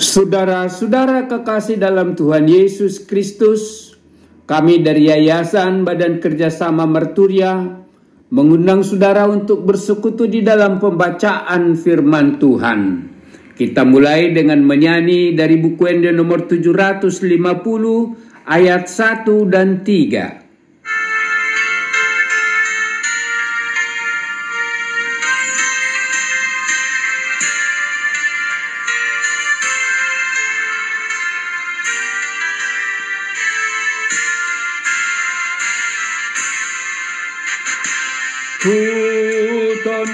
Saudara-saudara kekasih dalam Tuhan Yesus Kristus, kami dari Yayasan Badan Kerjasama Merturia mengundang saudara untuk bersekutu di dalam pembacaan firman Tuhan. Kita mulai dengan menyanyi dari buku Ende nomor 750 ayat 1 dan 3. Tuhan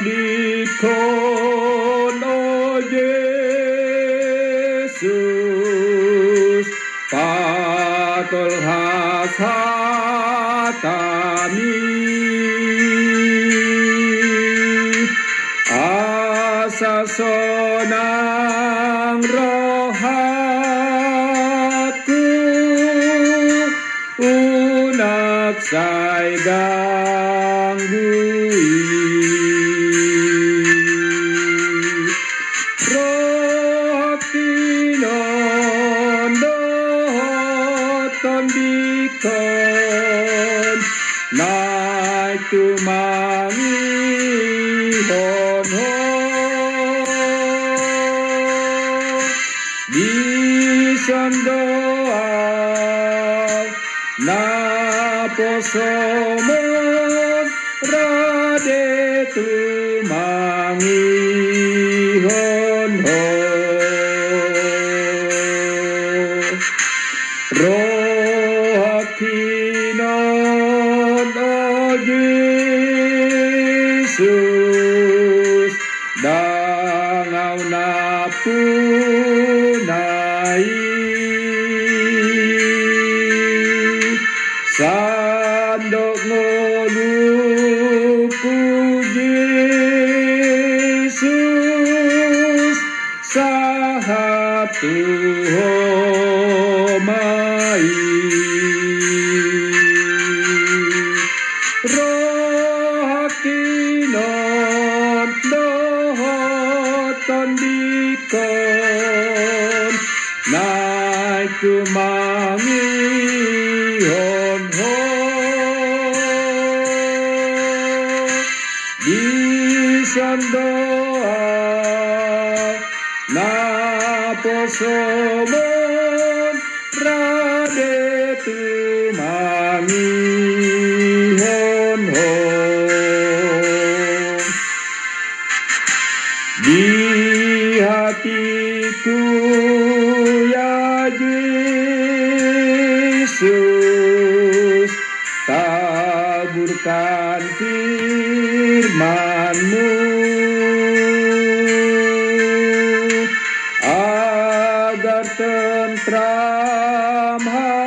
dikono Yesus patol hasatami asa sonang rohaku unak sai ganggu naik tumangi honho di sandoa na posomon rade tumangi honho Yesus dangau napunai sandok ngoluku Yesus sahat tuhomai kinon dohoton dikon naik tumangi honho di sandoa na posomon rade tumangi honho di hatiku ya Yesus taburkan firman-Mu agar tentram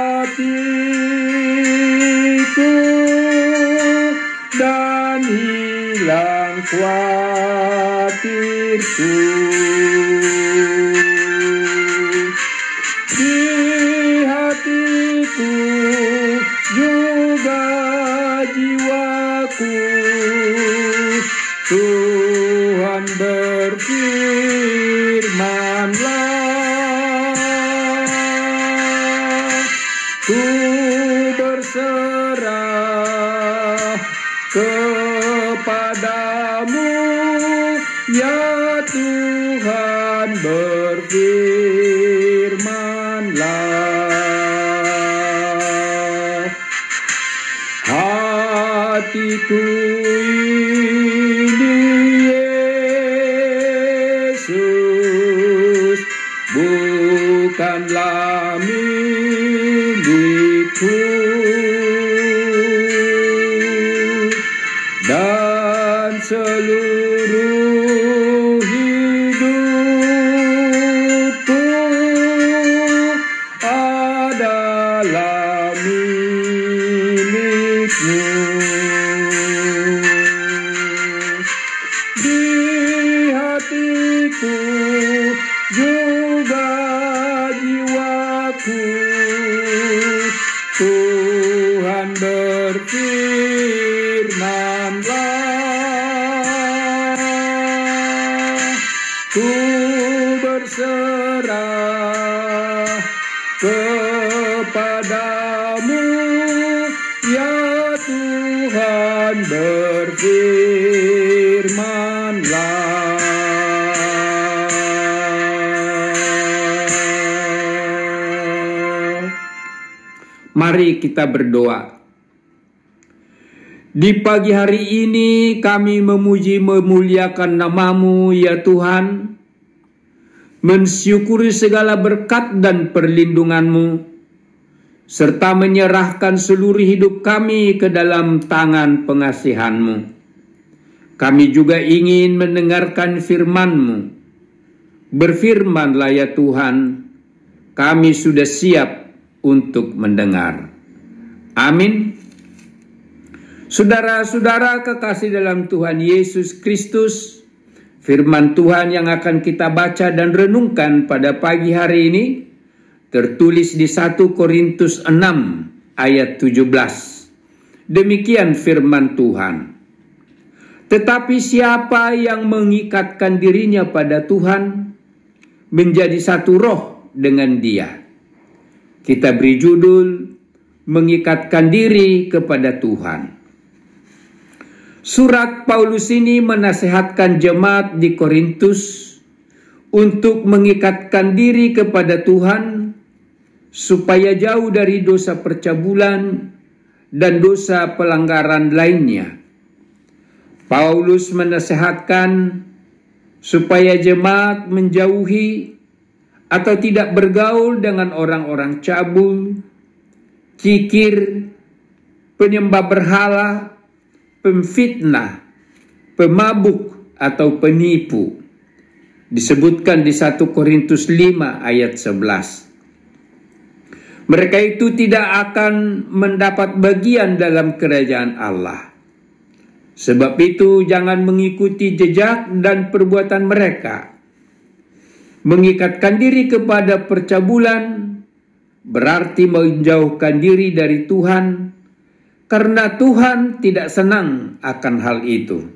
hatiku dan hilang khawatirku. Di hatiku juga jiwaku Tuhan berfirman-Lah ku berserah kepadamu ya Tuhan berfirman-Lah hatiku ini Yesus bukanlah milikku dan seluruh hidupku adalah milik-Mu. Di hatiku juga jiwaku Tuhan berfirman-Lah ku berserah kepadamu, ya Tuhan, berfirmanlah. Mari kita berdoa. Di pagi hari ini kami memuji memuliakan nama-Mu ya Tuhan, mensyukuri segala berkat dan perlindungan-Mu, serta menyerahkan seluruh hidup kami ke dalam tangan pengasihan-Mu. Kami juga ingin mendengarkan firman-Mu. Berfirmanlah ya Tuhan, kami sudah siap untuk mendengar. Amin. Saudara-saudara kekasih dalam Tuhan Yesus Kristus, firman Tuhan yang akan kita baca dan renungkan pada pagi hari ini tertulis di 1 Korintus 6 ayat 17. Demikian firman Tuhan. Tetapi siapa yang mengikatkan dirinya pada Tuhan menjadi satu roh dengan Dia. Kita beri judul mengikatkan diri kepada Tuhan. Surat Paulus ini menasihatkan jemaat di Korintus untuk mengikatkan diri kepada Tuhan supaya jauh dari dosa percabulan dan dosa pelanggaran lainnya. Paulus menasihatkan supaya jemaat menjauhi atau tidak bergaul dengan orang-orang cabul, kikir, penyembah berhala, pemfitnah, pemabuk atau penipu. Disebutkan di 1 Korintus 5 ayat 11. Mereka itu tidak akan mendapat bagian dalam kerajaan Allah. Sebab itu jangan mengikuti jejak dan perbuatan mereka. Mengikatkan diri kepada percabulan berarti menjauhkan diri dari Tuhan, karena Tuhan tidak senang akan hal itu.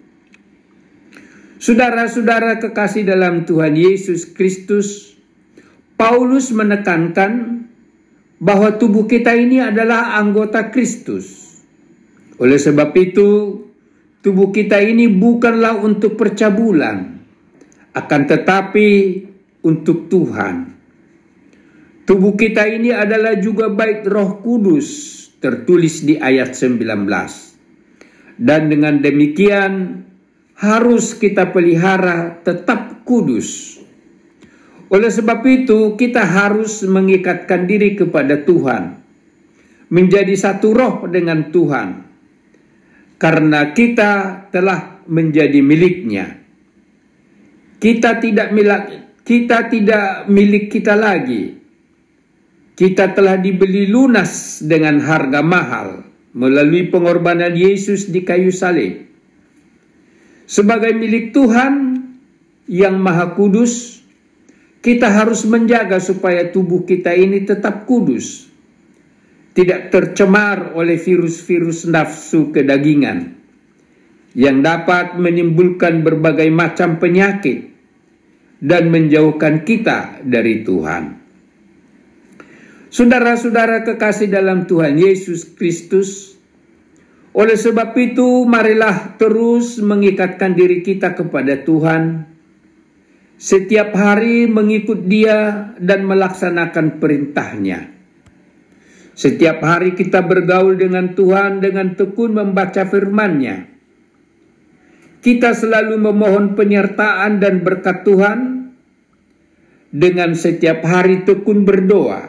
Saudara-saudara kekasih dalam Tuhan Yesus Kristus, Paulus menekankan bahwa tubuh kita ini adalah anggota Kristus. Oleh sebab itu, tubuh kita ini bukanlah untuk percabulan, akan tetapi untuk Tuhan. Tubuh kita ini adalah juga bait Roh Kudus, tertulis di ayat 19. Dan dengan demikian harus kita pelihara tetap kudus. Oleh sebab itu kita harus mengikatkan diri kepada Tuhan, menjadi satu roh dengan Tuhan, karena kita telah menjadi miliknya. Kita tidak milik kita lagi. Kita telah dibeli lunas dengan harga mahal melalui pengorbanan Yesus di kayu salib. Sebagai milik Tuhan yang Maha Kudus, kita harus menjaga supaya tubuh kita ini tetap kudus, tidak tercemar oleh virus-virus nafsu kedagingan yang dapat menimbulkan berbagai macam penyakit dan menjauhkan kita dari Tuhan. Saudara-saudara kekasih dalam Tuhan Yesus Kristus, oleh sebab itu marilah terus mengikatkan diri kita kepada Tuhan, setiap hari mengikut Dia dan melaksanakan perintahnya. Setiap hari kita bergaul dengan Tuhan dengan tekun membaca firman-Nya. Kita selalu memohon penyertaan dan berkat Tuhan dengan setiap hari tekun berdoa.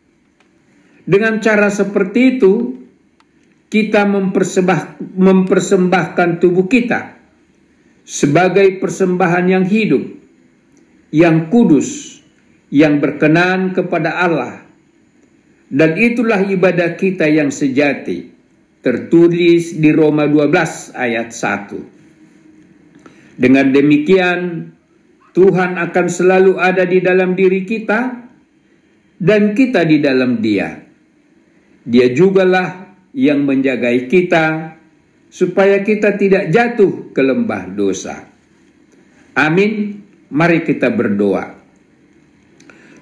Dengan cara seperti itu, kita mempersembahkan tubuh kita sebagai persembahan yang hidup, yang kudus, yang berkenan kepada Allah. Dan itulah ibadah kita yang sejati, tertulis di Roma 12 ayat 1. Dengan demikian, Tuhan akan selalu ada di dalam diri kita dan kita di dalam Dia. Dia jugalah yang menjagai kita supaya kita tidak jatuh ke lembah dosa. Amin. Mari kita berdoa.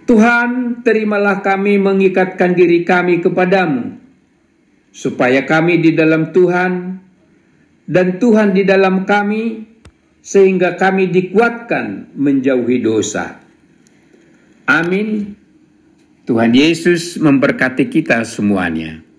Tuhan, terimalah kami mengikatkan diri kami kepadamu, supaya kami di dalam Tuhan dan Tuhan di dalam kami, sehingga kami dikuatkan menjauhi dosa. Amin. Tuhan Yesus memberkati kita semuanya.